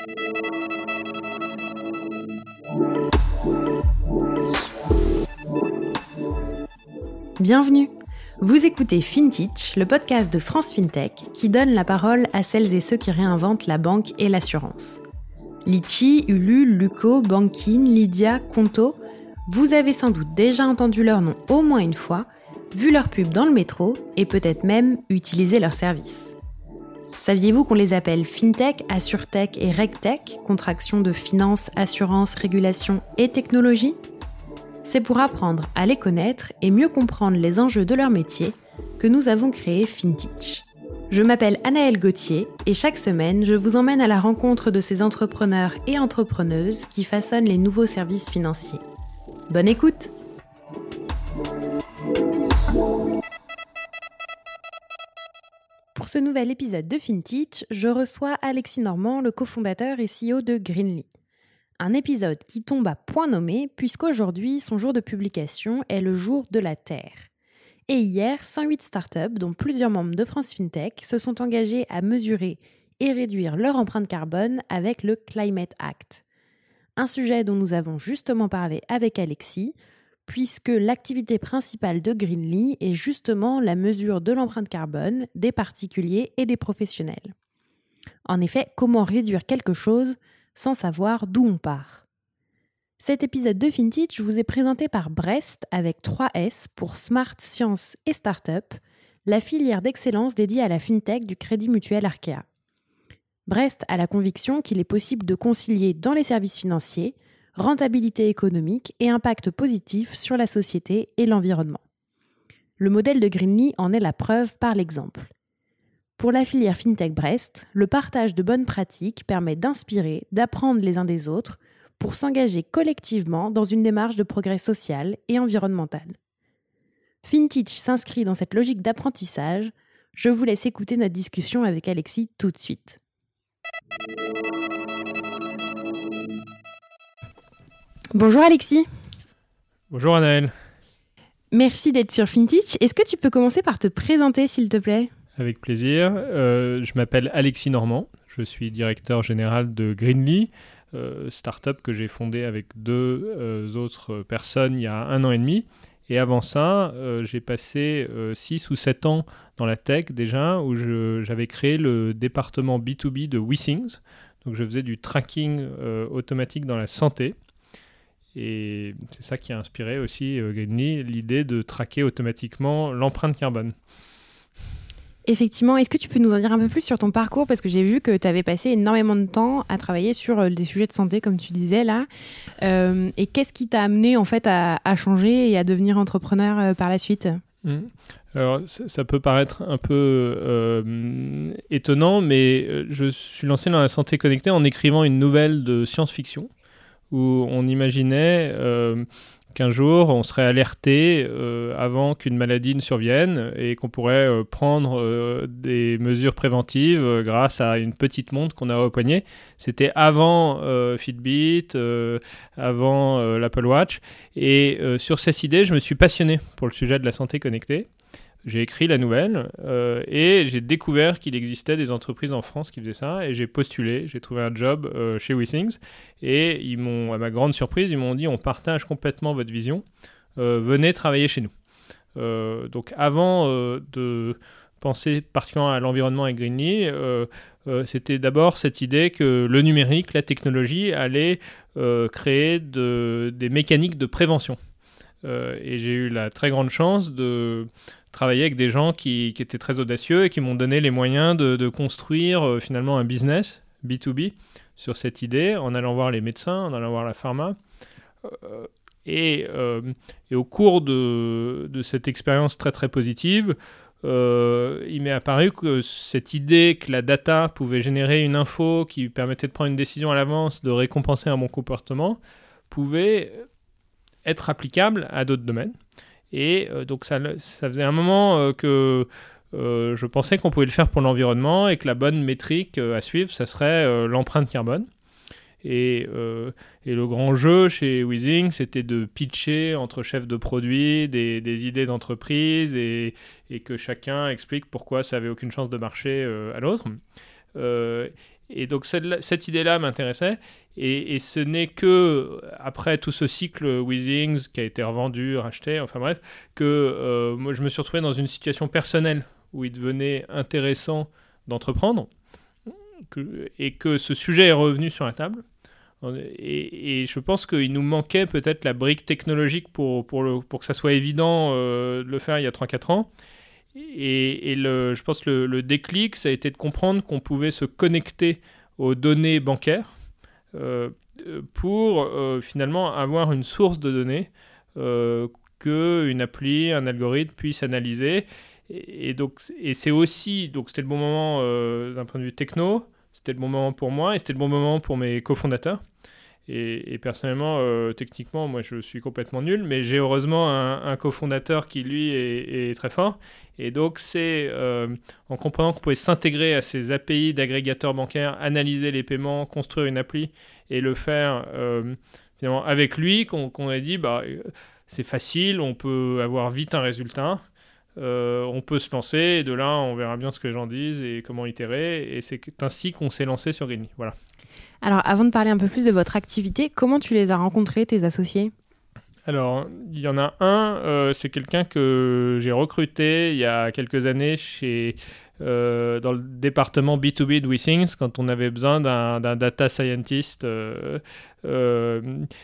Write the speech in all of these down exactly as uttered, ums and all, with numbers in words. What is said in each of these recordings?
Bienvenue! Vous écoutez FinTech, le podcast de France FinTech qui donne la parole à celles et ceux qui réinventent la banque et l'assurance. Litchi, Ulule, Luco, Bankin, Lydia, Conto, vous avez sans doute déjà entendu leur nom au moins une fois, vu leur pub dans le métro et peut-être même utilisé leurs services. Saviez-vous qu'on les appelle FinTech, AssureTech et RegTech, contraction de finance, assurance, régulation et technologie ? C'est pour apprendre à les connaître et mieux comprendre les enjeux de leur métier que nous avons créé FinTech. Je m'appelle Anaëlle Gauthier et chaque semaine, je vous emmène à la rencontre de ces entrepreneurs et entrepreneuses qui façonnent les nouveaux services financiers. Bonne écoute! Pour ce nouvel épisode de FinTech, je reçois Alexis Normand, le cofondateur et C E O de Greenly. Un épisode qui tombe à point nommé puisqu'aujourd'hui, son jour de publication est le jour de la Terre. Et hier, cent huit startups, dont plusieurs membres de France FinTech, se sont engagés à mesurer et réduire leur empreinte carbone avec le Climate Act. Un sujet dont nous avons justement parlé avec Alexis, puisque l'activité principale de Greenly est justement la mesure de l'empreinte carbone des particuliers et des professionnels. En effet, comment réduire quelque chose sans savoir d'où on part. Cet épisode de FinTech vous est présenté par Brest avec trois S pour Smart, Science et Startup, la filière d'excellence dédiée à la FinTech du Crédit Mutuel Arkea. Brest a la conviction qu'il est possible de concilier dans les services financiers rentabilité économique et impact positif sur la société et l'environnement. Le modèle de Greenly en est la preuve par l'exemple. Pour la filière FinTech Brest, le partage de bonnes pratiques permet d'inspirer, d'apprendre les uns des autres pour s'engager collectivement dans une démarche de progrès social et environnemental. FinTech s'inscrit dans cette logique d'apprentissage. Je vous laisse écouter notre discussion avec Alexis tout de suite. Bonjour Alexis. Bonjour Anaëlle. Merci d'être sur FinTech. Est-ce que tu peux commencer par te présenter s'il te plaît ? Avec plaisir. Euh, je m'appelle Alexis Normand. Je suis directeur général de Greenly, euh, start-up que j'ai fondée avec deux euh, autres personnes il y a un an et demi. Et avant ça, euh, j'ai passé euh, six ou sept ans dans la tech déjà, où je, j'avais créé le département B deux B de WeThings. Donc je faisais du tracking euh, automatique dans la santé. Et c'est ça qui a inspiré aussi euh, Greenly, l'idée de traquer automatiquement l'empreinte carbone. Effectivement, est-ce que tu peux nous en dire un peu plus sur ton parcours ? Parce que j'ai vu que tu avais passé énormément de temps à travailler sur des sujets de santé, comme tu disais là. Euh, et qu'est-ce qui t'a amené en fait à, à changer et à devenir entrepreneur euh, par la suite ? Mmh. Alors, ça, ça peut paraître un peu euh, étonnant, mais je suis lancé dans la santé connectée en écrivant une nouvelle de science-fiction où on imaginait euh, qu'un jour, on serait alerté euh, avant qu'une maladie ne survienne et qu'on pourrait euh, prendre euh, des mesures préventives euh, grâce à une petite montre qu'on a au poignet. C'était avant euh, Fitbit, euh, avant euh, l'Apple Watch. Et euh, sur cette idée, je me suis passionné pour le sujet de la santé connectée. J'ai écrit la nouvelle euh, et j'ai découvert qu'il existait des entreprises en France qui faisaient ça et j'ai postulé, j'ai trouvé un job euh, chez WeThings et ils m'ont, à ma grande surprise, ils m'ont dit on partage complètement votre vision, euh, venez travailler chez nous. Euh, donc avant euh, de penser particulièrement à l'environnement et Greenly, euh, euh, c'était d'abord cette idée que le numérique, la technologie allait euh, créer de, des mécaniques de prévention. Euh, et j'ai eu la très grande chance de travailler avec des gens qui, qui étaient très audacieux et qui m'ont donné les moyens de, de construire euh, finalement un business B deux B sur cette idée en allant voir les médecins, en allant voir la pharma. Euh, et, euh, et au cours de, de cette expérience très très positive, euh, il m'est apparu que cette idée que la data pouvait générer une info qui permettait de prendre une décision à l'avance, de récompenser un bon comportement, pouvait être applicable à d'autres domaines. Et euh, donc ça, ça faisait un moment euh, que euh, je pensais qu'on pouvait le faire pour l'environnement et que la bonne métrique euh, à suivre, ça serait euh, l'empreinte carbone. Et, euh, et le grand jeu chez WeThings, c'était de pitcher entre chefs de produits des, des idées d'entreprise et, et que chacun explique pourquoi ça n'avait aucune chance de marcher euh, à l'autre. Euh, et donc cette, cette idée-là m'intéressait. Et, et ce n'est que après tout ce cycle Withings qui a été revendu, racheté, enfin bref, que euh, moi je me suis retrouvé dans une situation personnelle où il devenait intéressant d'entreprendre que, et que ce sujet est revenu sur la table. Et, et je pense qu'il nous manquait peut-être la brique technologique pour, pour, le, pour que ça soit évident euh, de le faire il y a trois quatre ans. Et, et le, je pense que le, le déclic, ça a été de comprendre qu'on pouvait se connecter aux données bancaires euh, pour euh, finalement avoir une source de données euh, qu'une appli, un algorithme puisse analyser. Et, et, donc, et c'est aussi, donc c'était le bon moment euh, d'un point de vue techno, c'était le bon moment pour moi et c'était le bon moment pour mes cofondateurs. Et, et personnellement, euh, techniquement, moi je suis complètement nul, mais j'ai heureusement un, un cofondateur qui lui est, est très fort. Et donc c'est euh, en comprenant qu'on pouvait s'intégrer à ces A P I d'agrégateurs bancaires, analyser les paiements, construire une appli et le faire euh, finalement avec lui qu'on, qu'on a dit bah, c'est facile, on peut avoir vite un résultat. Euh, on peut se lancer et de là on verra bien ce que les gens disent et comment itérer, et c'est ainsi qu'on s'est lancé sur Greenly. Voilà. Alors avant de parler un peu plus de votre activité, comment tu les as rencontrés, tes associés ? Alors il y en a un, euh, c'est quelqu'un que j'ai recruté il y a quelques années chez, euh, dans le département B deux B de Withings quand on avait besoin d'un, d'un data scientist euh, euh,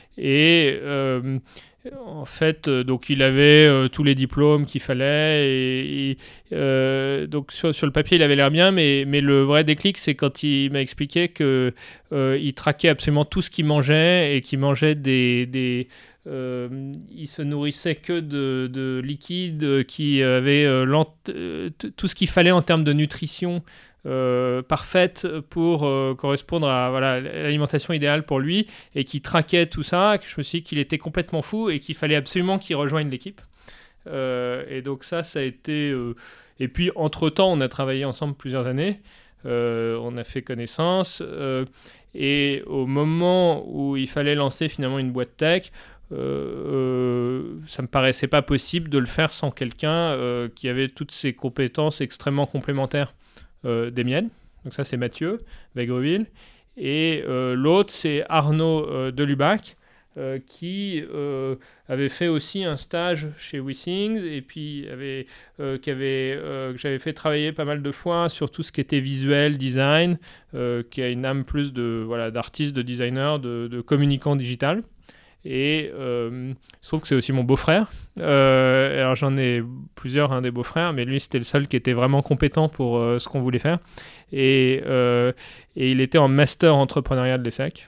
et euh, en fait, euh, donc il avait euh, tous les diplômes qu'il fallait et, et euh, donc sur, sur le papier il avait l'air bien, mais, mais le vrai déclic c'est quand il m'a expliqué que euh, il traquait absolument tout ce qu'il mangeait et qu'il mangeait des, des euh, il se nourrissait que de, de liquides qui avaient euh, euh, tout ce qu'il fallait en termes de nutrition. Euh, parfaite pour euh, correspondre à voilà, l'alimentation idéale pour lui, et qui traquait tout ça, que je me suis dit qu'il était complètement fou et qu'il fallait absolument qu'il rejoigne l'équipe. Euh, et donc ça, ça a été... Euh... Et puis, entre-temps, on a travaillé ensemble plusieurs années. Euh, on a fait connaissance. Euh, et au moment où il fallait lancer finalement une boîte tech, euh, euh, ça me paraissait pas possible de le faire sans quelqu'un euh, qui avait toutes ces compétences extrêmement complémentaires Euh, des miennes. Donc ça c'est Mathieu Vaigreville, et euh, l'autre c'est Arnaud euh, Delubac euh, qui euh, avait fait aussi un stage chez Withings et puis avait, euh, qui avait, euh, que j'avais fait travailler pas mal de fois sur tout ce qui était visuel, design, euh, qui a une âme plus de, voilà, d'artiste, de designer, de, de communicant digital. Et euh, il se trouve que c'est aussi mon beau-frère. Euh, alors j'en ai plusieurs, hein, des beaux-frères, mais lui c'était le seul qui était vraiment compétent pour euh, ce qu'on voulait faire. Et, euh, et il était en master entrepreneuriat de l'ESSEC.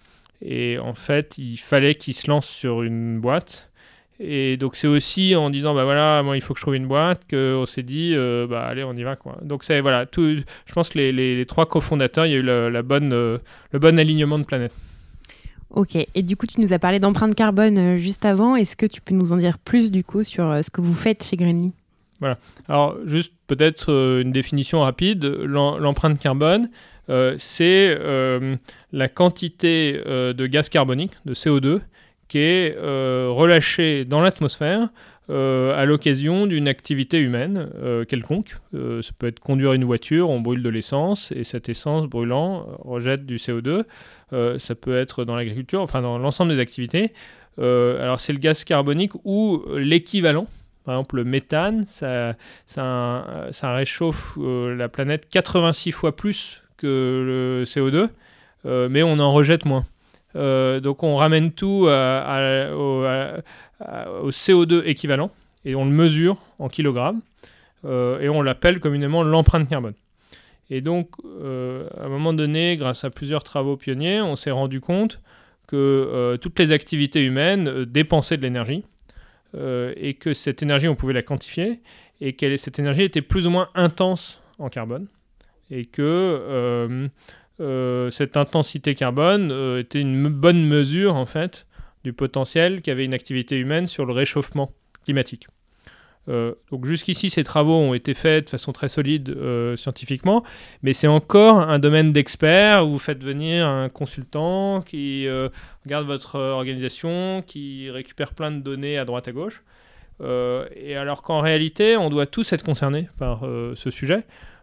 Et en fait, il fallait qu'il se lance sur une boîte. Et donc c'est aussi en disant bah voilà, moi il faut que je trouve une boîte qu'on s'est dit euh, bah allez on y va quoi. Donc c'est voilà, tout, je pense que les, les, les trois cofondateurs, il y a eu la, la bonne, euh, le bon alignement de planète. Ok, et du coup tu nous as parlé d'empreinte carbone euh, juste avant, est-ce que tu peux nous en dire plus du coup sur euh, ce que vous faites chez Greenly ? Voilà, alors juste peut-être euh, une définition rapide, L'em- l'empreinte carbone euh, c'est euh, la quantité euh, de gaz carbonique, de C O deux, qui est euh, relâchée dans l'atmosphère euh, à l'occasion d'une activité humaine euh, quelconque. Euh, ça peut être conduire une voiture, on brûle de l'essence et cette essence brûlant euh, rejette du C O deux. Euh, ça peut être dans l'agriculture, enfin dans l'ensemble des activités. Euh, alors c'est le gaz carbonique ou l'équivalent. Par exemple, le méthane, ça, ça, ça réchauffe euh, la planète quatre-vingt-six fois plus que le C O deux, euh, mais on en rejette moins. Euh, donc on ramène tout à, à, au, à, à, au C O deux équivalent et on le mesure en kilogrammes euh, et on l'appelle communément l'empreinte carbone. Et donc, euh, à un moment donné, grâce à plusieurs travaux pionniers, on s'est rendu compte que euh, toutes les activités humaines euh, dépensaient de l'énergie euh, et que cette énergie, on pouvait la quantifier et que cette énergie était plus ou moins intense en carbone et que euh, euh, cette intensité carbone euh, était une m- bonne mesure, en fait, du potentiel qu'avait une activité humaine sur le réchauffement climatique. Euh, donc jusqu'ici, ces travaux ont été faits de façon très solide euh, scientifiquement, mais c'est encore un domaine d'experts où vous faites venir un consultant qui euh, regarde votre organisation, qui récupère plein de données à droite à gauche. Euh, et alors qu'en réalité, on doit tous être concernés par euh, ce sujet.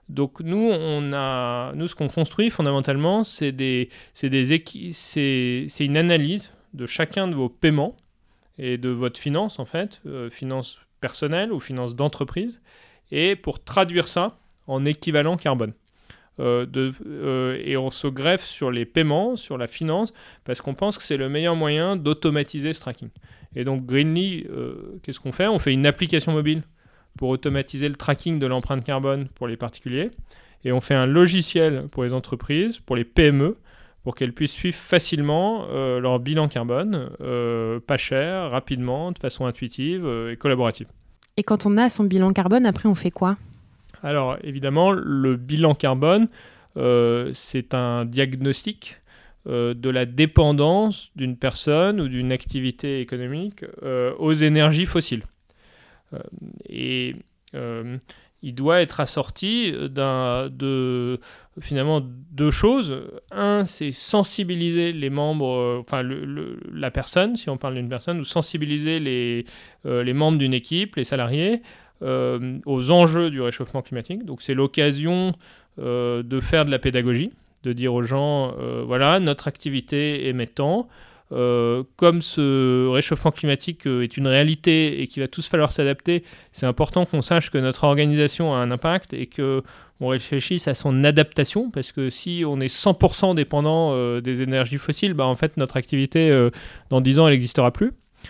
Donc nous, on a, nous ce qu'on construit fondamentalement, c'est, des, c'est, des équi- c'est, c'est une analyse de chacun de vos paiements et de votre finance, en fait, euh, finance personnelle ou finance d'entreprise, et pour traduire ça en équivalent carbone. Euh, de, euh, et on se greffe sur les paiements, sur la finance, parce qu'on pense que c'est le meilleur moyen d'automatiser ce tracking. Et donc Greenly, euh, qu'est-ce qu'on fait ? On fait une application mobile pour automatiser le tracking de l'empreinte carbone pour les particuliers, et on fait un logiciel pour les entreprises, pour les P M E, pour qu'elles puissent suivre facilement euh, leur bilan carbone, euh, pas cher, rapidement, de façon intuitive euh, et collaborative. Et quand on a son bilan carbone, après on fait quoi ? Alors évidemment, le bilan carbone, euh, c'est un diagnostic euh, de la dépendance d'une personne ou d'une activité économique euh, aux énergies fossiles. Euh, et euh, il doit être assorti d'un, de finalement deux choses. Un, c'est sensibiliser les membres, euh, enfin le, le, la personne, si on parle d'une personne, ou sensibiliser les, euh, les membres d'une équipe, les salariés, Euh, aux enjeux du réchauffement climatique. Donc c'est l'occasion euh, de faire de la pédagogie, de dire aux gens, euh, voilà, notre activité émet tant, euh, comme ce réchauffement climatique euh, est une réalité et qu'il va tous falloir s'adapter, c'est important qu'on sache que notre organisation a un impact et qu'on réfléchisse à son adaptation, parce que si on est cent pour cent dépendant euh, des énergies fossiles, bah, en fait notre activité euh, dans dix ans elle n'existera plus.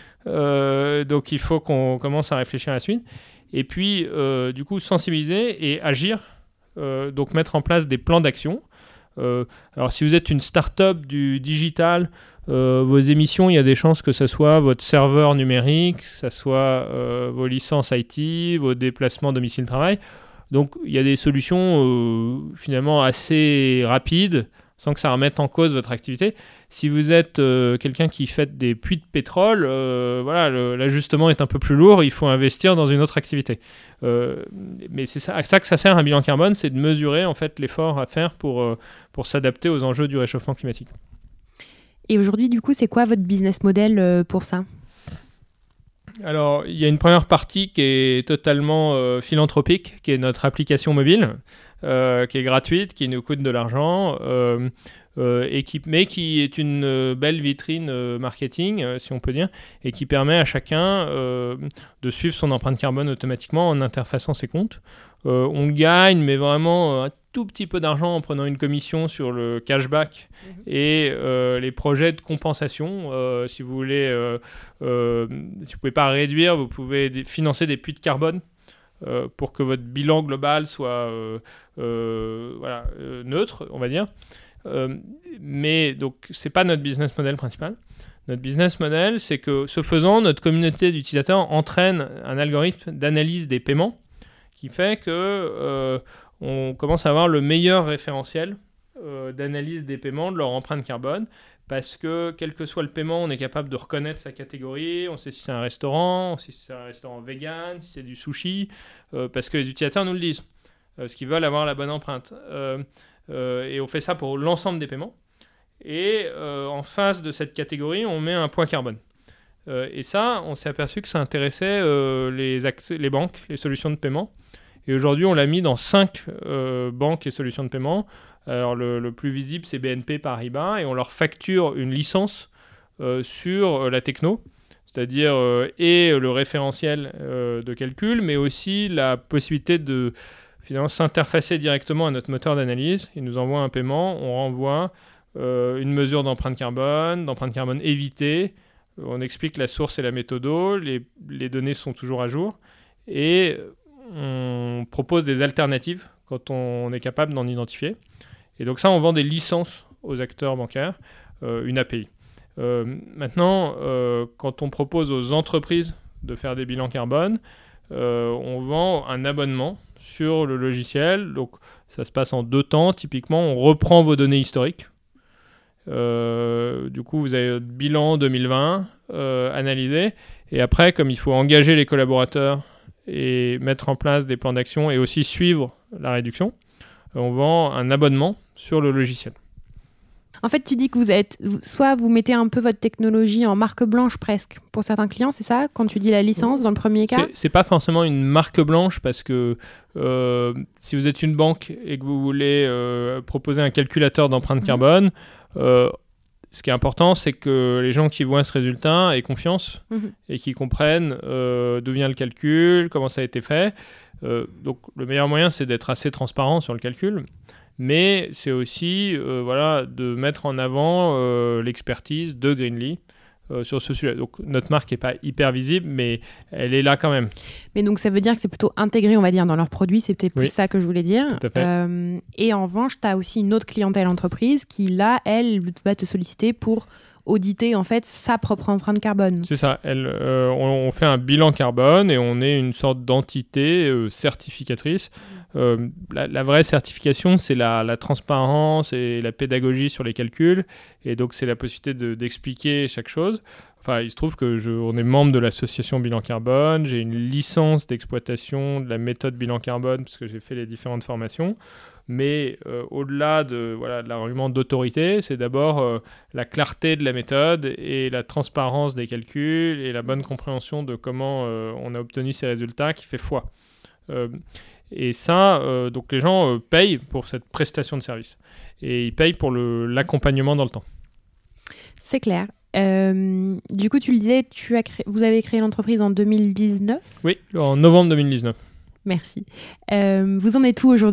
Euh, donc il faut qu'on commence à réfléchir à la suite. Et puis, euh, du coup, sensibiliser et agir, euh, donc mettre en place des plans d'action. Euh, alors, si vous êtes une start-up du digital, euh, vos émissions, il y a des chances que ce soit votre serveur numérique, que ce soit euh, vos licences I T, vos déplacements domicile-travail. Donc, il y a des solutions euh, finalement assez rapides, sans que ça remette en cause votre activité. Si vous êtes euh, quelqu'un qui fait des puits de pétrole, euh, voilà, le, l'ajustement est un peu plus lourd, il faut investir dans une autre activité. Euh, mais c'est ça, à ça que ça sert un bilan carbone, c'est de mesurer en fait l'effort à faire pour, euh, pour s'adapter aux enjeux du réchauffement climatique. Et aujourd'hui, du coup, c'est quoi votre business model euh, pour ça ? Alors, il y a une première partie qui est totalement euh, philanthropique, qui est notre application mobile, euh, qui est gratuite, qui nous coûte de l'argent, euh, euh, et qui, mais qui est une euh, belle vitrine euh, marketing, euh, si on peut dire, et qui permet à chacun euh, de suivre son empreinte carbone automatiquement en interfaçant ses comptes. Euh, on gagne, mais vraiment un tout petit peu d'argent en prenant une commission sur le cashback mmh. et euh, les projets de compensation. Euh, si vous voulez, euh, euh, si vous pouvez pas réduire, vous pouvez des, financer des puits de carbone euh, pour que votre bilan global soit euh, euh, voilà, euh, neutre, on va dire. Euh, mais donc, c'est pas notre business model principal. Notre business model, c'est que, ce faisant, notre communauté d'utilisateurs entraîne un algorithme d'analyse des paiements qui fait que euh, on commence à avoir le meilleur référentiel euh, d'analyse des paiements, de leur empreinte carbone, parce que quel que soit le paiement, on est capable de reconnaître sa catégorie, on sait si c'est un restaurant, on sait si c'est un restaurant vegan, si c'est du sushi, euh, parce que les utilisateurs nous le disent, euh, parce qu'ils veulent avoir la bonne empreinte. Euh, euh, et on fait ça pour l'ensemble des paiements. Et euh, en face de cette catégorie, on met un point carbone. Euh, et ça, on s'est aperçu que ça intéressait euh, les, act- les banques, les solutions de paiement. Et aujourd'hui, on l'a mis dans cinq euh, banques et solutions de paiement. Alors, le, le plus visible, c'est B N P Paribas, et on leur facture une licence euh, sur euh, la techno, c'est-à-dire euh, et le référentiel euh, de calcul, mais aussi la possibilité de finalement s'interfacer directement à notre moteur d'analyse. Il nous envoie un paiement, on renvoie euh, une mesure d'empreinte carbone, d'empreinte carbone évitée. On explique la source et la méthodo, les, les données sont toujours à jour, et on propose des alternatives quand on est capable d'en identifier. Et donc ça, on vend des licences aux acteurs bancaires, euh, une A P I. Euh, maintenant, euh, quand on propose aux entreprises de faire des bilans carbone, euh, on vend un abonnement sur le logiciel. Donc ça se passe en deux temps. Typiquement, on reprend vos données historiques. Euh, du coup, vous avez votre bilan deux mille vingt euh, analysé. Et après, comme il faut engager les collaborateurs et mettre en place des plans d'action et aussi suivre la réduction, on vend un abonnement sur le logiciel. En fait, tu dis que vous êtes, soit vous mettez un peu votre technologie en marque blanche presque pour certains clients, c'est ça, quand tu dis la licence dans le premier cas? C'est, c'est pas forcément une marque blanche parce que euh, si vous êtes une banque et que vous voulez euh, proposer un calculateur d'empreinte mmh. carbone, euh, ce qui est important, c'est que les gens qui voient ce résultat aient confiance mmh. et qui comprennent euh, d'où vient le calcul, comment ça a été fait. Euh, donc le meilleur moyen, c'est d'être assez transparent sur le calcul. Mais c'est aussi euh, voilà, de mettre en avant euh, l'expertise de Greenly euh, sur ce sujet. Donc notre marque n'est pas hyper visible, mais elle est là quand même. Mais donc ça veut dire que c'est plutôt intégré, on va dire, dans leurs produits. C'est peut-être plus oui, ça que je voulais dire. Tout à fait. Euh, et en revanche, tu as aussi une autre clientèle entreprise qui, là, elle, va te solliciter pour auditer en fait sa propre empreinte carbone. C'est ça. Elle, euh, on, on fait un bilan carbone et on est une sorte d'entité euh, certificatrice. Euh, la, la vraie certification, c'est la, la transparence et la pédagogie sur les calculs. Et donc, c'est la possibilité de, d'expliquer chaque chose. Enfin, il se trouve que je, on est membre de l'association Bilan Carbone. J'ai une licence d'exploitation de la méthode Bilan Carbone parce que j'ai fait les différentes formations. Mais euh, au-delà de, voilà, de l'argument d'autorité, c'est d'abord euh, la clarté de la méthode et la transparence des calculs et la bonne compréhension de comment euh, on a obtenu ces résultats qui fait foi. Euh, et ça, euh, donc les gens euh, payent pour cette prestation de service. Et ils payent pour le, l'accompagnement dans le temps. C'est clair. Euh, du coup, tu le disais, tu as créé, vous avez créé l'entreprise en deux mille dix-neuf ? Oui, en novembre deux mille dix-neuf. Merci. Euh, vous en êtes où aujourd'hui ?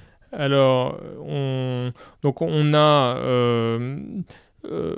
Alors, on, donc on a euh, euh,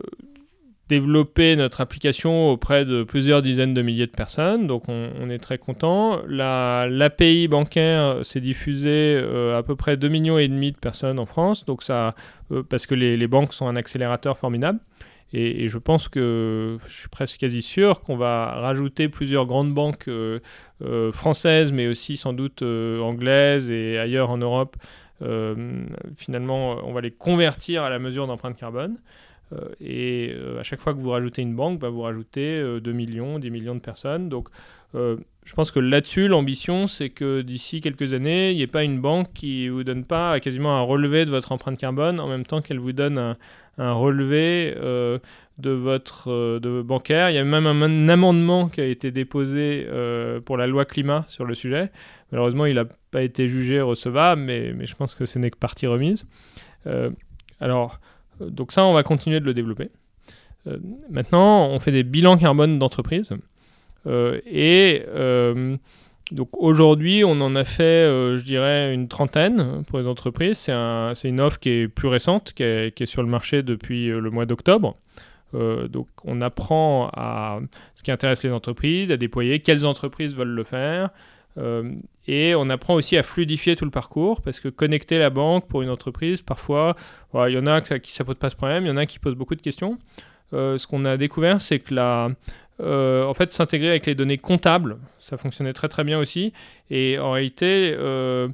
développé notre application auprès de plusieurs dizaines de milliers de personnes, donc on, on est très content. La, l'A P I bancaire s'est diffusée euh, à peu près deux virgule cinq millions de personnes en France, donc ça, euh, parce que les, les banques sont un accélérateur formidable. Et, et je pense que, je suis presque quasi sûr qu'on va rajouter plusieurs grandes banques euh, euh, françaises, mais aussi sans doute euh, anglaises et ailleurs en Europe. Euh, finalement, on va les convertir à la mesure d'empreinte carbone. Euh, et euh, à chaque fois que vous rajoutez une banque, bah, vous rajoutez euh, deux millions, dix millions de personnes. Donc, euh, je pense que là-dessus, l'ambition, c'est que d'ici quelques années, il n'y ait pas une banque qui ne vous donne pas quasiment un relevé de votre empreinte carbone en même temps qu'elle vous donne un, un relevé euh, de votre euh, de bancaire. Il y a même un, un amendement qui a été déposé euh, pour la loi climat sur le sujet. Malheureusement, il n'a pas été jugé recevable, mais, mais je pense que ce n'est que partie remise. Euh, alors, donc ça, on va continuer de le développer. Euh, maintenant, on fait des bilans carbone d'entreprise. Euh, et euh, donc aujourd'hui, on en a fait, euh, je dirais, une trentaine pour les entreprises. C'est, un, c'est une offre qui est plus récente, qui est, qui est sur le marché depuis le mois d'octobre. Euh, donc on apprend à ce qui intéresse les entreprises, à déployer, quelles entreprises veulent le faire. Euh, et on apprend aussi à fluidifier tout le parcours parce que connecter la banque pour une entreprise, parfois, voilà, il y en a qui ça pose pas ce problème, il y en a qui posent beaucoup de questions. Euh, ce qu'on a découvert, c'est que la, euh, en fait, s'intégrer avec les données comptables, ça fonctionnait très très bien aussi. Et en réalité, euh,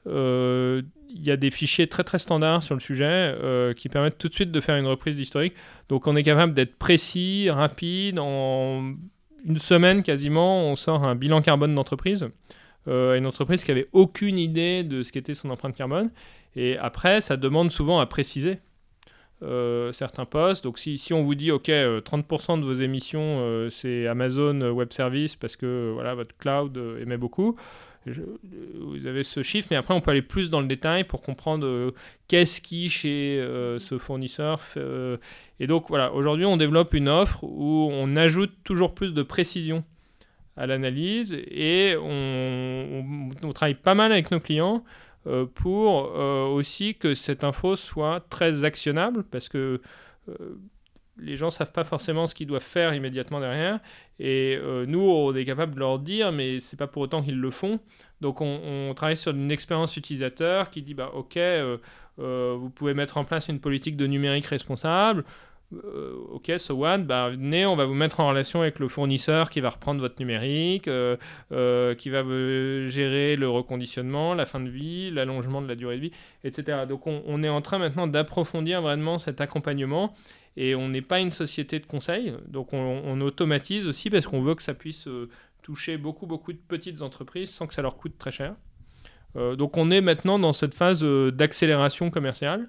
euh, il y a des fichiers très très standards sur le sujet euh, qui permettent tout de suite de faire une reprise d'historique. Donc on est capable d'être précis, rapide. En une semaine quasiment, on sort un bilan carbone d'entreprise. Euh, une entreprise qui n'avait aucune idée de ce qu'était son empreinte carbone. Et après, ça demande souvent à préciser euh, certains postes. Donc si, si on vous dit, OK, euh, trente pour cent de vos émissions, euh, c'est Amazon Web Services parce que voilà, votre cloud euh, émet beaucoup. Je, vous avez ce chiffre, mais après on peut aller plus dans le détail pour comprendre euh, qu'est-ce qui chez euh, ce fournisseur fait, euh, et donc voilà, aujourd'hui on développe une offre où on ajoute toujours plus de précision à l'analyse et on, on, on travaille pas mal avec nos clients euh, pour euh, aussi que cette info soit très actionnable parce que euh, les gens ne savent pas forcément ce qu'ils doivent faire immédiatement derrière. Et euh, nous, on est capable de leur dire, mais ce n'est pas pour autant qu'ils le font. Donc, on, on travaille sur une expérience utilisateur qui dit, bah, OK, euh, euh, vous pouvez mettre en place une politique de numérique responsable. Euh, OK, so what, bah, venez, on va vous mettre en relation avec le fournisseur qui va reprendre votre numérique, euh, euh, qui va vous gérer le reconditionnement, la fin de vie, l'allongement de la durée de vie, et cetera. Donc, on, on est en train maintenant d'approfondir vraiment cet accompagnement. Et on n'est pas une société de conseil, donc on, on automatise aussi parce qu'on veut que ça puisse euh, toucher beaucoup, beaucoup de petites entreprises sans que ça leur coûte très cher. Euh, donc on est maintenant dans cette phase euh, d'accélération commerciale.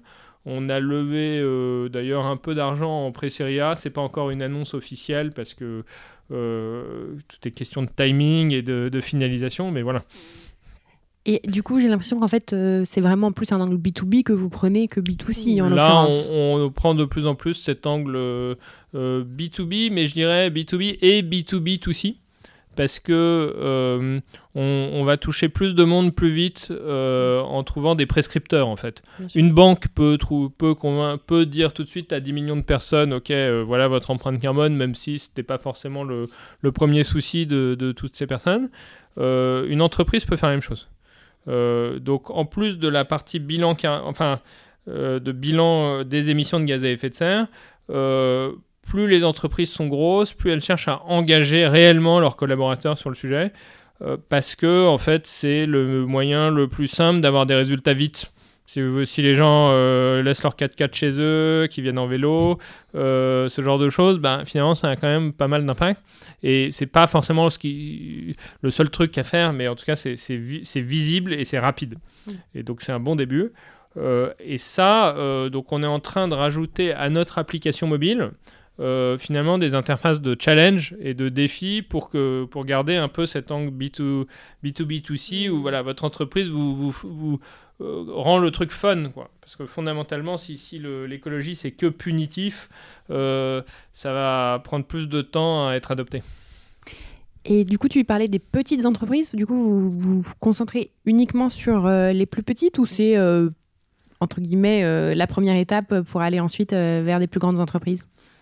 On a levé euh, d'ailleurs un peu d'argent en pré-série A. C'est pas encore une annonce officielle parce que euh, tout est question de timing et de, de finalisation, mais voilà. Et du coup, j'ai l'impression qu'en fait, euh, c'est vraiment plus un angle B deux B que vous prenez que B deux C en Là, l'occurrence. on, on prend de plus en plus cet angle euh, B deux B, mais je dirais B deux B et B deux B deux C. Parce que euh, on, on va toucher plus de monde plus vite euh, en trouvant des prescripteurs en fait. Une banque peut, trou- peut, convain- peut dire tout de suite à dix millions de personnes, ok, euh, voilà votre empreinte carbone, même si ce n'était pas forcément le, le premier souci de, de toutes ces personnes. Euh, une entreprise peut faire la même chose. Euh, donc en plus de la partie bilan, car- enfin, euh, de bilan euh, des émissions de gaz à effet de serre, euh, plus les entreprises sont grosses, plus elles cherchent à engager réellement leurs collaborateurs sur le sujet, euh, parce que en fait, c'est le moyen le plus simple d'avoir des résultats vite. Si, si les gens euh, laissent leur quatre-quatre chez eux, qui viennent en vélo, euh, ce genre de choses, ben, finalement, ça a quand même pas mal d'impact. Et c'est pas forcément ce qui, le seul truc à faire, mais en tout cas, c'est, c'est, vi- c'est visible et c'est rapide. Mmh. Et donc, c'est un bon début. Euh, et ça, euh, donc on est en train de rajouter à notre application mobile Euh, finalement des interfaces de challenge et de défis pour, que, pour garder un peu cet angle B deux B, B deux C où voilà, votre entreprise vous, vous, vous euh, rend le truc fun, quoi. Parce que fondamentalement, si, si le, l'écologie c'est que punitif, euh, ça va prendre plus de temps à être adopté. Et du coup, tu parlais des petites entreprises. Du coup, vous vous, vous concentrez uniquement sur euh, les plus petites ou c'est, euh, entre guillemets, euh, la première étape pour aller ensuite euh, vers des plus grandes entreprises ?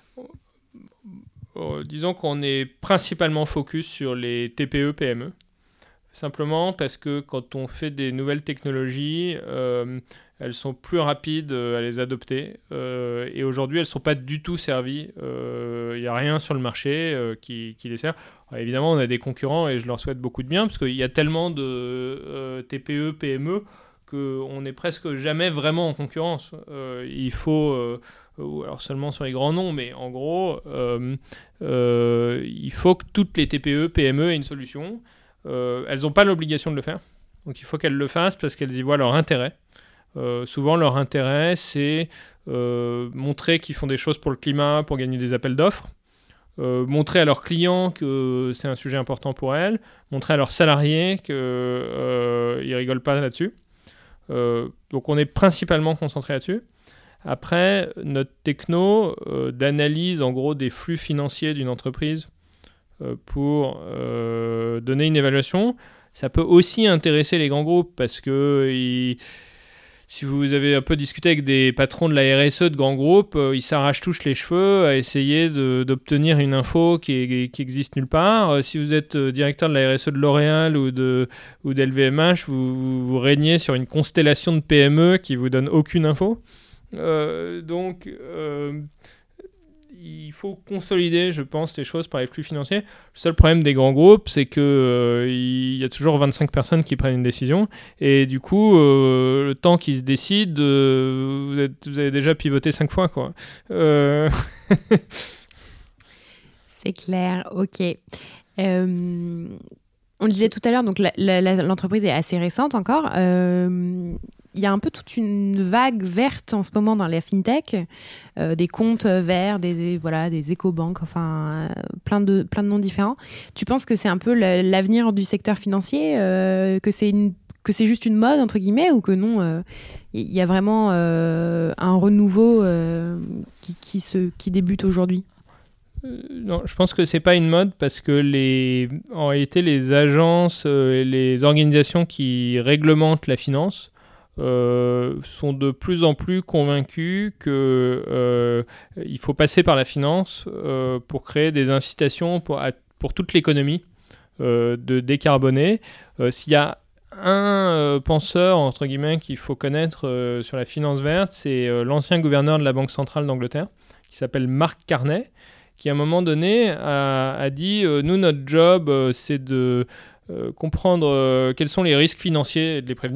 Euh, disons qu'on est principalement focus sur les T P E P M E. Simplement parce que quand on fait des nouvelles technologies, euh, elles sont plus rapides à les adopter. Euh, et aujourd'hui, elles ne sont pas du tout servies. Il euh, n'y a rien sur le marché euh, qui, qui les sert. Alors, évidemment, on a des concurrents et je leur souhaite beaucoup de bien parce qu'il y a tellement de euh, T P E P M E qu'on n'est presque jamais vraiment en concurrence. Euh, il faut... Euh, alors seulement sur les grands noms, mais en gros, euh, euh, il faut que toutes les T P E, P M E aient une solution. Euh, elles n'ont pas l'obligation de le faire, donc il faut qu'elles le fassent parce qu'elles y voient leur intérêt. Euh, souvent, leur intérêt, c'est euh, montrer qu'ils font des choses pour le climat, pour gagner des appels d'offres, euh, montrer à leurs clients que c'est un sujet important pour elles, montrer à leurs salariés qu'ils euh, ne rigolent pas là-dessus. Euh, donc on est principalement concentré là-dessus. Après, notre techno euh, d'analyse en gros des flux financiers d'une entreprise euh, pour euh, donner une évaluation, ça peut aussi intéresser les grands groupes parce que ils, si vous avez un peu discuté avec des patrons de la R S E de grands groupes, euh, ils s'arrachent tous les cheveux à essayer de, d'obtenir une info qui, est, qui existe nulle part. Euh, si vous êtes directeur de la R S E de L'Oréal ou, de, ou d'L V M H, vous, vous, vous régnez sur une constellation de P M E qui vous donne aucune info. Euh, donc, euh, il faut consolider, je pense, les choses par les flux financiers. Le seul problème des grands groupes, c'est qu'il euh, y a toujours vingt-cinq personnes qui prennent une décision. Et du coup, euh, le temps qu'ils se décident, euh, vous, êtes, vous avez déjà pivoté cinq fois, quoi. Euh... C'est clair, ok. Euh, on le disait tout à l'heure, donc la, la, la, l'entreprise est assez récente encore. Euh, il y a un peu toute une vague verte en ce moment dans la fintech, euh, des comptes verts, des, voilà, des éco-banques, enfin, euh, plein, de, plein de noms différents. Tu penses que c'est un peu l'avenir du secteur financier, euh, que, c'est une, que c'est juste une mode, entre guillemets, ou que non, il euh, y a vraiment euh, un renouveau euh, qui, qui, se, qui débute aujourd'hui ? Euh, non, je pense que c'est pas une mode parce que les, en réalité, les agences euh, et les organisations qui réglementent la finance euh, sont de plus en plus convaincus qu'il euh, faut passer par la finance euh, pour créer des incitations pour, à, pour toute l'économie euh, de décarboner. Euh, s'il y a un euh, penseur, entre guillemets, qu'il faut connaître euh, sur la finance verte, c'est euh, l'ancien gouverneur de la Banque centrale d'Angleterre, qui s'appelle Mark Carney, qui à un moment donné a, a dit euh, « Nous, notre job, euh, c'est de euh, comprendre euh, quels sont les risques financiers et de les prévenir. »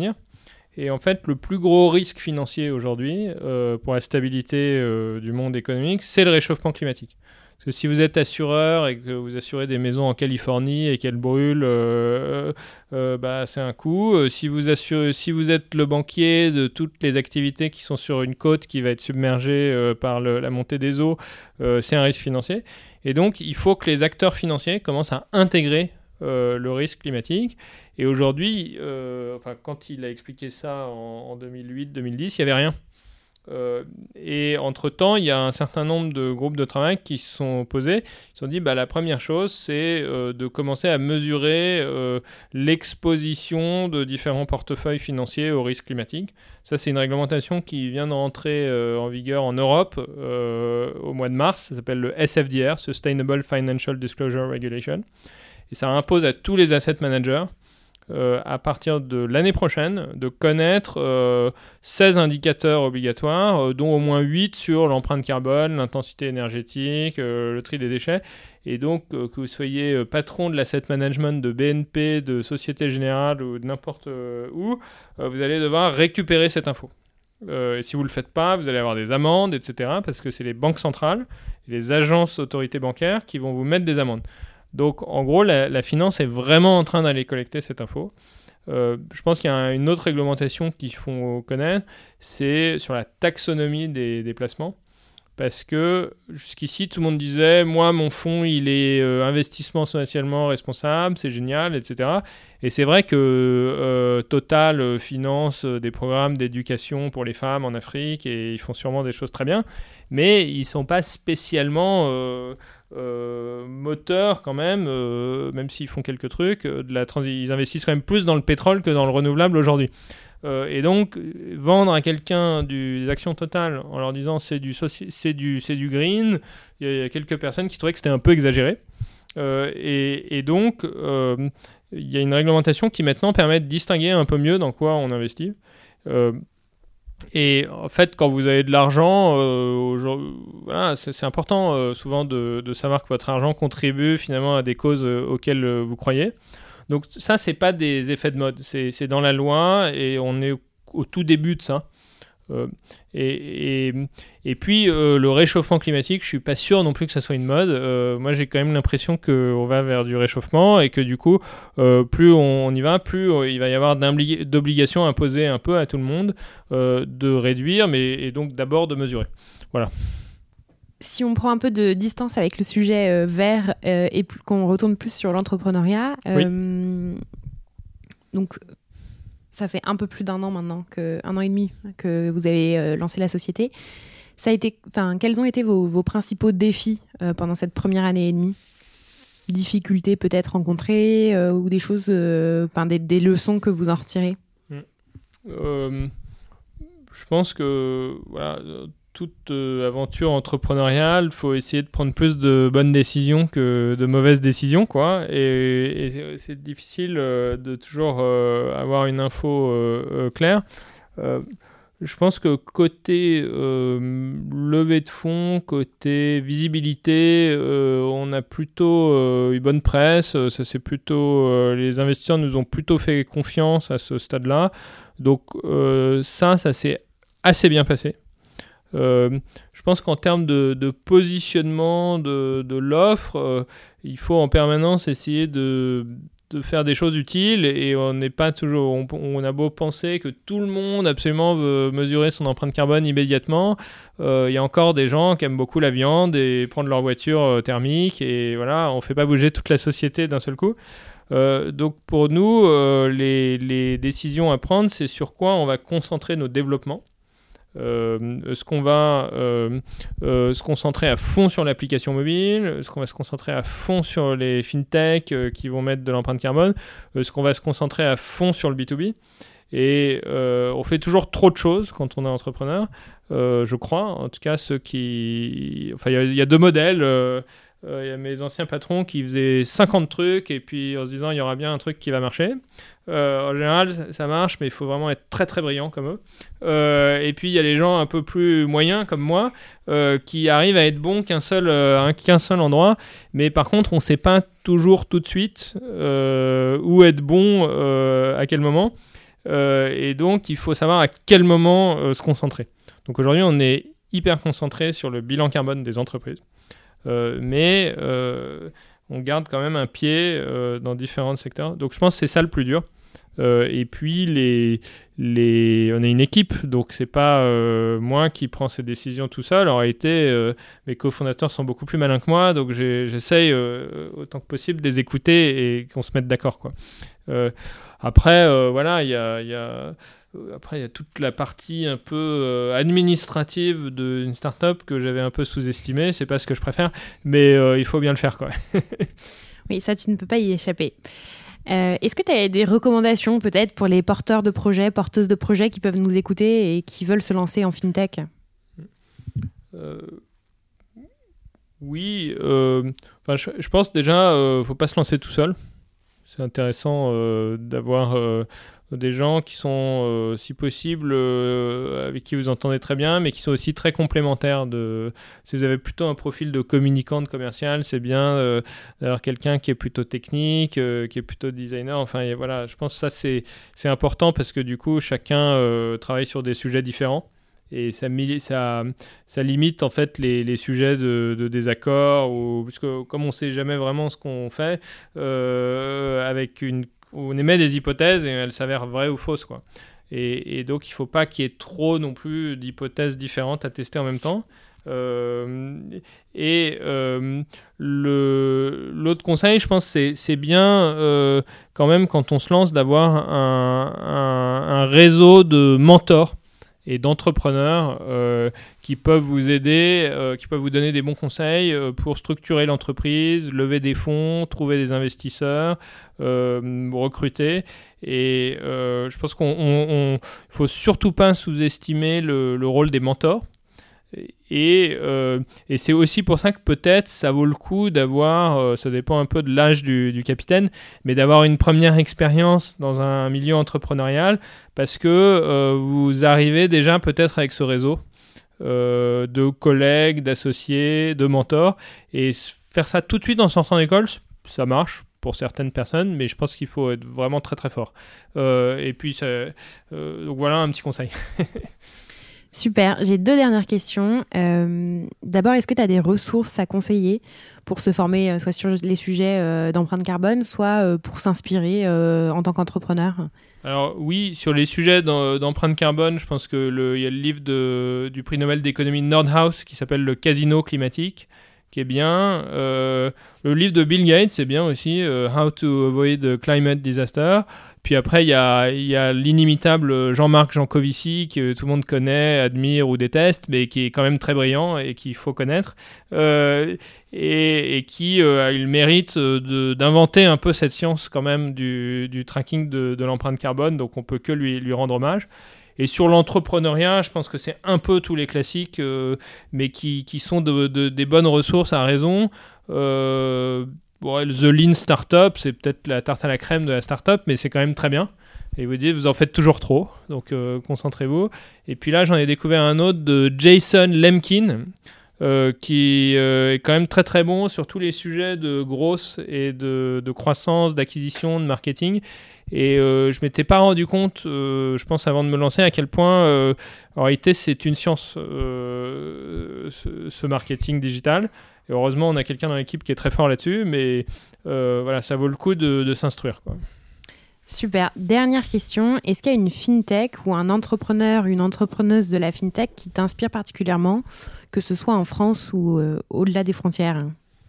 Et en fait, le plus gros risque financier aujourd'hui euh, pour la stabilité euh, du monde économique, c'est le réchauffement climatique. Parce que si vous êtes assureur et que vous assurez des maisons en Californie et qu'elles brûlent, euh, euh, bah, c'est un coût. Euh, si, vous assurez, si vous êtes le banquier de toutes les activités qui sont sur une côte qui va être submergée euh, par le, la montée des eaux, euh, c'est un risque financier. Et donc, il faut que les acteurs financiers commencent à intégrer euh, le risque climatique. Et aujourd'hui, euh, enfin, quand il a expliqué ça en, en deux mille huit deux mille dix, il n'y avait rien. Euh, et entre-temps, il y a un certain nombre de groupes de travail qui se sont posés. Ils se sont dit, bah, la première chose, c'est euh, de commencer à mesurer euh, l'exposition de différents portefeuilles financiers au risque climatique. Ça, c'est une réglementation qui vient d'entrer euh, en vigueur en Europe euh, au mois de mars. Ça s'appelle le S F D R, Sustainable Financial Disclosure Regulation. Et ça impose à tous les asset managers Euh, à partir de l'année prochaine, de connaître euh, seize indicateurs obligatoires, euh, dont au moins huit sur l'empreinte carbone, l'intensité énergétique, euh, le tri des déchets. Et donc, euh, que vous soyez euh, patron de l'asset management de B N P, de Société Générale ou de n'importe euh, où, euh, vous allez devoir récupérer cette info. Euh, et si vous ne le faites pas, vous allez avoir des amendes, et cetera, parce que c'est les banques centrales, les agences autorités bancaires qui vont vous mettre des amendes. Donc, en gros, la, la finance est vraiment en train d'aller collecter cette info. Euh, je pense qu'il y a une autre réglementation qu'il faut connaître, c'est sur la taxonomie des, des placements. Parce que jusqu'ici, tout le monde disait, moi, mon fonds, il est euh, investissement socialement responsable, c'est génial, et cetera. Et c'est vrai que euh, Total finance des programmes d'éducation pour les femmes en Afrique et ils font sûrement des choses très bien, mais ils ne sont pas spécialement euh, euh, moteurs quand même, euh, même s'ils font quelques trucs. De la transi- ils investissent quand même plus dans le pétrole que dans le renouvelable aujourd'hui. Euh, et donc, vendre à quelqu'un du, des actions Total en leur disant c'est du, soci- c'est du, c'est du green, il y, y a quelques personnes qui trouvaient que c'était un peu exagéré. Euh, et, et donc, euh, il y a une réglementation qui maintenant permet de distinguer un peu mieux dans quoi on investit. Euh, et en fait, quand vous avez de l'argent, euh, voilà, c'est, c'est important euh, souvent de, de savoir que votre argent contribue finalement à des causes euh, auxquelles euh, vous croyez. Donc ça, c'est pas des effets de mode, c'est, c'est dans la loi et on est au, au tout début de ça. Euh, et, et, et puis euh, le réchauffement climatique, je suis pas sûr non plus que ça soit une mode. Euh, moi, j'ai quand même l'impression qu'on va vers du réchauffement et que du coup, euh, plus on, on y va, plus euh, il va y avoir d'obligations imposées un peu à tout le monde euh, de réduire, mais et donc d'abord de mesurer. Voilà. Si on prend un peu de distance avec le sujet euh, vert euh, et plus, qu'on retourne plus sur l'entrepreneuriat, euh, oui. donc ça fait un peu plus d'un an maintenant, que, un an et demi que vous avez euh, lancé la société. Ça a été, enfin, quels ont été vos, vos principaux défis euh, pendant cette première année et demie ? Difficultés peut-être rencontrées euh, ou des choses, enfin euh, des, des leçons que vous en retirez ? euh, Je pense que voilà. Toute euh, aventure entrepreneuriale, il faut essayer de prendre plus de bonnes décisions que de mauvaises décisions, quoi. Et, et c'est, c'est difficile euh, de toujours euh, avoir une info euh, euh, claire. Euh, je pense que côté euh, levée de fonds, côté visibilité, euh, on a plutôt euh, une bonne presse. Ça, c'est plutôt, euh, les investisseurs nous ont plutôt fait confiance à ce stade-là. Donc euh, ça, ça s'est assez bien passé. Euh, je pense qu'en termes de, de positionnement de, de l'offre, euh, il faut en permanence essayer de, de faire des choses utiles et on n'est pas toujours, on, on a beau penser que tout le monde absolument veut mesurer son empreinte carbone immédiatement, euh, il y a encore des gens qui aiment beaucoup la viande et prendre leur voiture thermique et voilà, on fait pas bouger toute la société d'un seul coup. Euh, donc pour nous, euh, les, les décisions à prendre, c'est sur quoi on va concentrer nos développements. Euh, est-ce qu'on va euh, euh, se concentrer à fond sur l'application mobile? Est-ce qu'on va se concentrer à fond sur les fintech euh, qui vont mettre de l'empreinte carbone? Est-ce qu'on va se concentrer à fond sur le B deux B? Et euh, on fait toujours trop de choses quand on est entrepreneur, euh, je crois. En tout cas, ceux qui... Enfin, il y, y a deux modèles. Euh, Il euh, y a mes anciens patrons qui faisaient cinquante trucs et puis en se disant il y aura bien un truc qui va marcher. Euh, en général, ça, ça marche, mais il faut vraiment être très très brillant comme eux. Euh, et puis il y a les gens un peu plus moyens comme moi euh, qui arrivent à être bons qu'un seul, euh, qu'un seul endroit. Mais par contre, on ne sait pas toujours tout de suite euh, où être bon, euh, à quel moment. Euh, et donc, il faut savoir à quel moment euh, se concentrer. Donc aujourd'hui, on est hyper concentré sur le bilan carbone des entreprises. Euh, mais euh, on garde quand même un pied euh, dans différents secteurs. Donc je pense que c'est ça le plus dur. Euh, et puis, les, les... on est une équipe, donc c'est pas euh, moi qui prends ces décisions tout seul. En réalité, euh, mes cofondateurs sont beaucoup plus malins que moi, donc j'ai, j'essaye euh, autant que possible de les écouter et qu'on se mette d'accord, quoi. Euh, après, euh, voilà, il y a, y a... Après, il y a toute la partie un peu euh, administrative d'une startup que j'avais un peu sous-estimée. C'est pas ce que je préfère, mais euh, il faut bien le faire, quoi. Oui, ça, tu ne peux pas y échapper. Euh, est-ce que tu as des recommandations peut-être pour les porteurs de projets, porteuses de projets qui peuvent nous écouter et qui veulent se lancer en fintech ? euh, Oui, euh, je, je pense déjà, il euh, ne faut pas se lancer tout seul. C'est intéressant euh, d'avoir euh, des gens qui sont, euh, si possible, euh, avec qui vous entendez très bien, mais qui sont aussi très complémentaires. De... Si vous avez plutôt un profil de communicant, de commercial, c'est bien euh, d'avoir quelqu'un qui est plutôt technique, euh, qui est plutôt designer. Enfin, et voilà, je pense que ça, c'est, c'est important parce que du coup, chacun euh, travaille sur des sujets différents. Et ça, ça, ça limite en fait les, les sujets de, de désaccord, ou, parce que comme on ne sait jamais vraiment ce qu'on fait, euh, avec une, on émet des hypothèses et elles s'avèrent vraies ou fausses, quoi. Et, et donc il ne faut pas qu'il y ait trop non plus d'hypothèses différentes à tester en même temps. Euh, et euh, le, l'autre conseil, je pense, c'est, c'est bien euh, quand même quand on se lance d'avoir un, un, un réseau de mentors et d'entrepreneurs euh, qui peuvent vous aider, euh, qui peuvent vous donner des bons conseils euh, pour structurer l'entreprise, lever des fonds, trouver des investisseurs, euh, recruter. Et euh, je pense qu'on ne faut surtout pas sous-estimer le, le rôle des mentors. Et, euh, et c'est aussi pour ça que peut-être ça vaut le coup d'avoir, euh, ça dépend un peu de l'âge du, du capitaine, mais d'avoir une première expérience dans un milieu entrepreneurial parce que euh, vous arrivez déjà peut-être avec ce réseau euh, de collègues, d'associés, de mentors, et faire ça tout de suite en sortant d'école, ça marche pour certaines personnes, mais je pense qu'il faut être vraiment très très fort. Euh, et puis, ça, euh, donc voilà un petit conseil. Super, j'ai deux dernières questions. Euh, d'abord, est-ce que tu as des ressources à conseiller pour se former euh, soit sur les sujets euh, d'empreinte carbone, soit euh, pour s'inspirer euh, en tant qu'entrepreneur ? Alors oui, sur les sujets d'empreinte carbone, je pense qu'il y a le livre de, du prix Nobel d'économie de Nordhaus qui s'appelle « Le casino climatique », qui est bien. Euh, le livre de Bill Gates, c'est bien aussi, euh, « How to avoid climate disaster ». Puis après, il y a, y a l'inimitable Jean-Marc Jancovici, que tout le monde connaît, admire ou déteste, mais qui est quand même très brillant et qu'il faut connaître, euh, et, et qui euh, a eu le mérite de, d'inventer un peu cette science quand même du, du tracking de, de l'empreinte carbone, donc on peut que lui, lui rendre hommage. Et sur l'entrepreneuriat, je pense que c'est un peu tous les classiques, euh, mais qui, qui sont de, de, des bonnes ressources à raison. Euh, bon, The Lean Startup, c'est peut-être la tarte à la crème de la startup, mais c'est quand même très bien. Et vous dites, vous en faites toujours trop, donc euh, concentrez-vous. Et puis là, j'en ai découvert un autre de Jason Lemkin, euh, qui euh, est quand même très très bon sur tous les sujets de growth et de, de croissance, d'acquisition, de marketing. Et euh, je ne m'étais pas rendu compte, euh, je pense avant de me lancer, à quel point, euh, en réalité, c'est une science, euh, ce, ce marketing digital. Et heureusement, on a quelqu'un dans l'équipe qui est très fort là-dessus, mais euh, voilà, ça vaut le coup de, de s'instruire, quoi. Super. Dernière question. Est-ce qu'il y a une fintech ou un entrepreneur, une entrepreneuse de la fintech qui t'inspire particulièrement, que ce soit en France ou euh, au-delà des frontières ?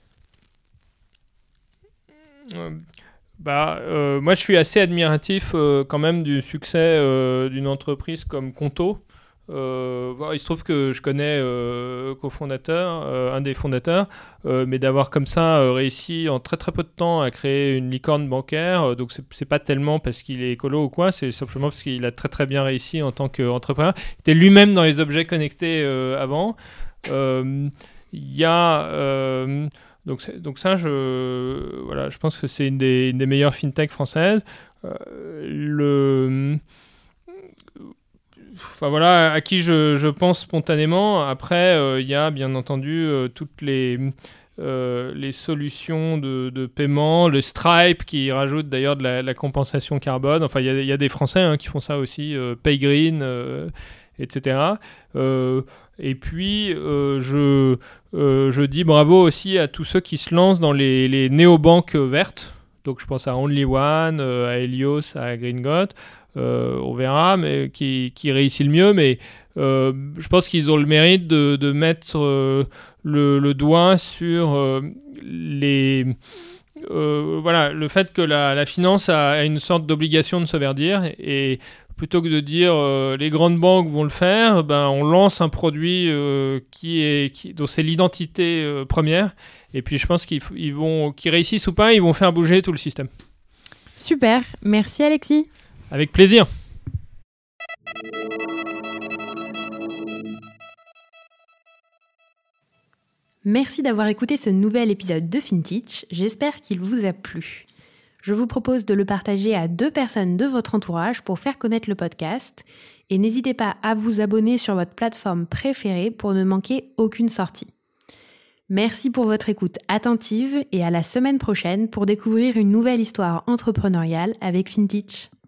euh, bah, euh, Moi, je suis assez admiratif euh, quand même du succès euh, d'une entreprise comme Conto. Euh, il se trouve que je connais euh, cofondateur, euh, un des fondateurs, euh, mais d'avoir comme ça euh, réussi en très très peu de temps à créer une licorne bancaire, euh, donc c'est, c'est pas tellement parce qu'il est écolo ou quoi, c'est simplement parce qu'il a très très bien réussi en tant qu'entrepreneur. Il était lui-même dans les objets connectés euh, avant. Il euh, y a... Euh, donc, c'est, donc ça, je, voilà, je pense que c'est une des, une des meilleures fintech françaises. Euh, le... Enfin voilà, à qui je, je pense spontanément. Après, il euh, y a bien entendu euh, toutes les, euh, les solutions de, de paiement, le Stripe qui rajoute d'ailleurs de la, la compensation carbone. Enfin, il y, y a des Français hein, qui font ça aussi, euh, PayGreen, euh, et cetera. Euh, et puis, euh, je, euh, je dis bravo aussi à tous ceux qui se lancent dans les, les néobanques vertes. Donc, je pense à Only One, euh, à Helios, à Greengot. Euh, on verra, mais qui, qui réussit le mieux. Mais euh, je pense qu'ils ont le mérite de, de mettre euh, le, le doigt sur euh, les... Euh, voilà, le fait que la, la finance a, a une sorte d'obligation de se verdir et plutôt que de dire euh, les grandes banques vont le faire, ben, on lance un produit euh, qui est, qui, dont c'est l'identité euh, première. Et puis je pense qu'ils ils vont, qu'ils réussissent ou pas, ils vont faire bouger tout le système. Super, merci Alexis. Avec plaisir. Merci d'avoir écouté ce nouvel épisode de FinTech, j'espère qu'il vous a plu. Je vous propose de le partager à deux personnes de votre entourage pour faire connaître le podcast et n'hésitez pas à vous abonner sur votre plateforme préférée pour ne manquer aucune sortie. Merci pour votre écoute attentive et à la semaine prochaine pour découvrir une nouvelle histoire entrepreneuriale avec FinTech.